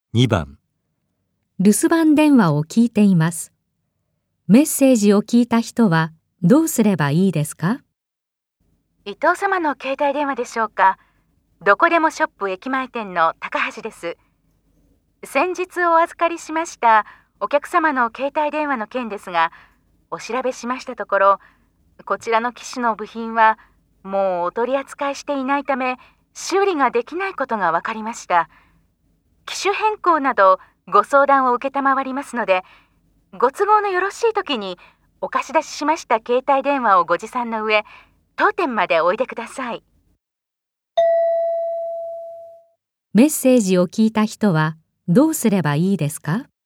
2番、 留守番電話を聞いています。メッセージを聞いた人はどうすればいいですか？ 伊藤様の携帯電話でしょうか。どこでもショップ駅前店の高橋です。先日お預かりしましたお客様の携帯電話の件ですが、お調べしましたところ、こちらの機種の部品はもうお取り扱いしていないため、修理ができないことが分かりました。機種変更などご相談を承りますので、ご都合のよろしい時にお貸し出ししました携帯電話をご持参の上、当店までおいでください。 メッセージを聞いた人はどうすればいいですか？